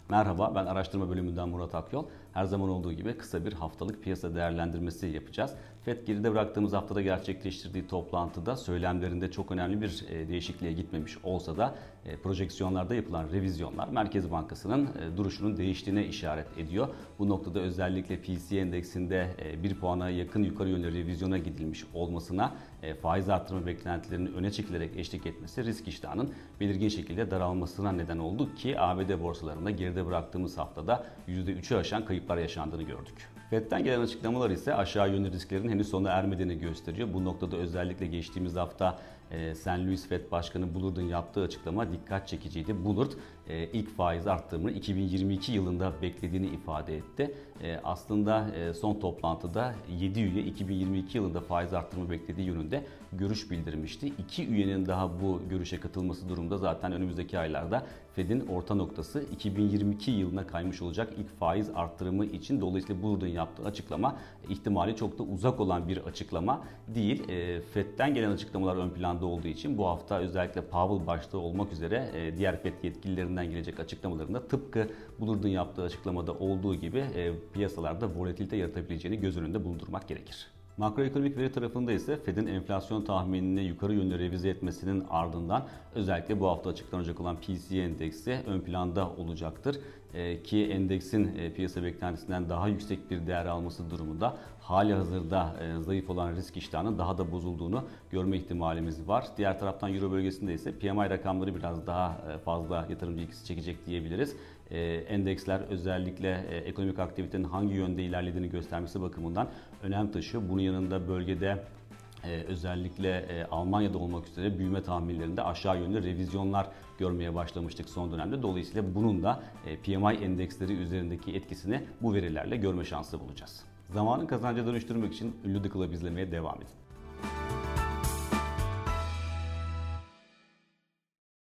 Merhaba, ben araştırma bölümünden Murat Akyol. Her zaman olduğu gibi kısa bir haftalık piyasa değerlendirmesi yapacağız. FED geride bıraktığımız haftada gerçekleştirdiği toplantıda söylemlerinde çok önemli bir değişikliğe gitmemiş olsa da projeksiyonlarda yapılan revizyonlar Merkez Bankası'nın duruşunun değiştiğine işaret ediyor. Bu noktada özellikle PCE endeksinde 1 puana yakın yukarı yönlü revizyona gidilmiş olmasına faiz artırma beklentilerinin öne çekilerek eşlik etmesi risk iştahının belirgin şekilde daralmasına neden oldu ki ABD borsalarında geride bıraktığımız haftada %3'ü aşan kayıplar yaşandığını gördük. FED'den gelen açıklamalar ise aşağı yönlü risklerin henüz sona ermediğini gösteriyor. Bu noktada özellikle geçtiğimiz hafta St. Louis Fed Başkanı Bullard'ın yaptığı açıklama dikkat çekiciydi. Bullard ilk faiz arttırımını 2022 yılında beklediğini ifade etti. Aslında son toplantıda 7 üye 2022 yılında faiz arttırımı beklediği yönünde görüş bildirmişti. 2 üyenin daha bu görüşe katılması durumda zaten önümüzdeki aylarda Fed'in orta noktası 2022 yılına kaymış olacak ilk faiz arttırımı için. Dolayısıyla Bullard'ın yaptığı açıklama ihtimali çok da uzak olan bir açıklama değil. Fed'den gelen açıklamalar ön planda olduğu için bu hafta özellikle Powell başta olmak üzere diğer FED yetkililerinden gelecek açıklamalarında tıpkı Bullard'ın yaptığı açıklamada olduğu gibi piyasalarda volatilite yaratabileceğini göz önünde bulundurmak gerekir. Makroekonomik veri tarafında ise Fed'in enflasyon tahminini yukarı yönlü revize etmesinin ardından özellikle bu hafta açıklanacak olan PCE endeksi ön planda olacaktır. Ki endeksin piyasa beklentisinden daha yüksek bir değer alması durumunda halihazırda zayıf olan risk iştahının daha da bozulduğunu görme ihtimalimiz var. Diğer taraftan Euro bölgesinde ise PMI rakamları biraz daha fazla yatırımcı ilgisi çekecek diyebiliriz. Endeksler özellikle ekonomik aktivitenin hangi yönde ilerlediğini göstermesi bakımından önem taşıyor. Bunun yanında bölgede özellikle Almanya'da olmak üzere büyüme tahminlerinde aşağı yönlü revizyonlar görmeye başlamıştık son dönemde. Dolayısıyla bunun da PMI endeksleri üzerindeki etkisini bu verilerle görme şansı bulacağız. Zamanın kazanca dönüştürmek için ünlü The Club izlemeye devam edin.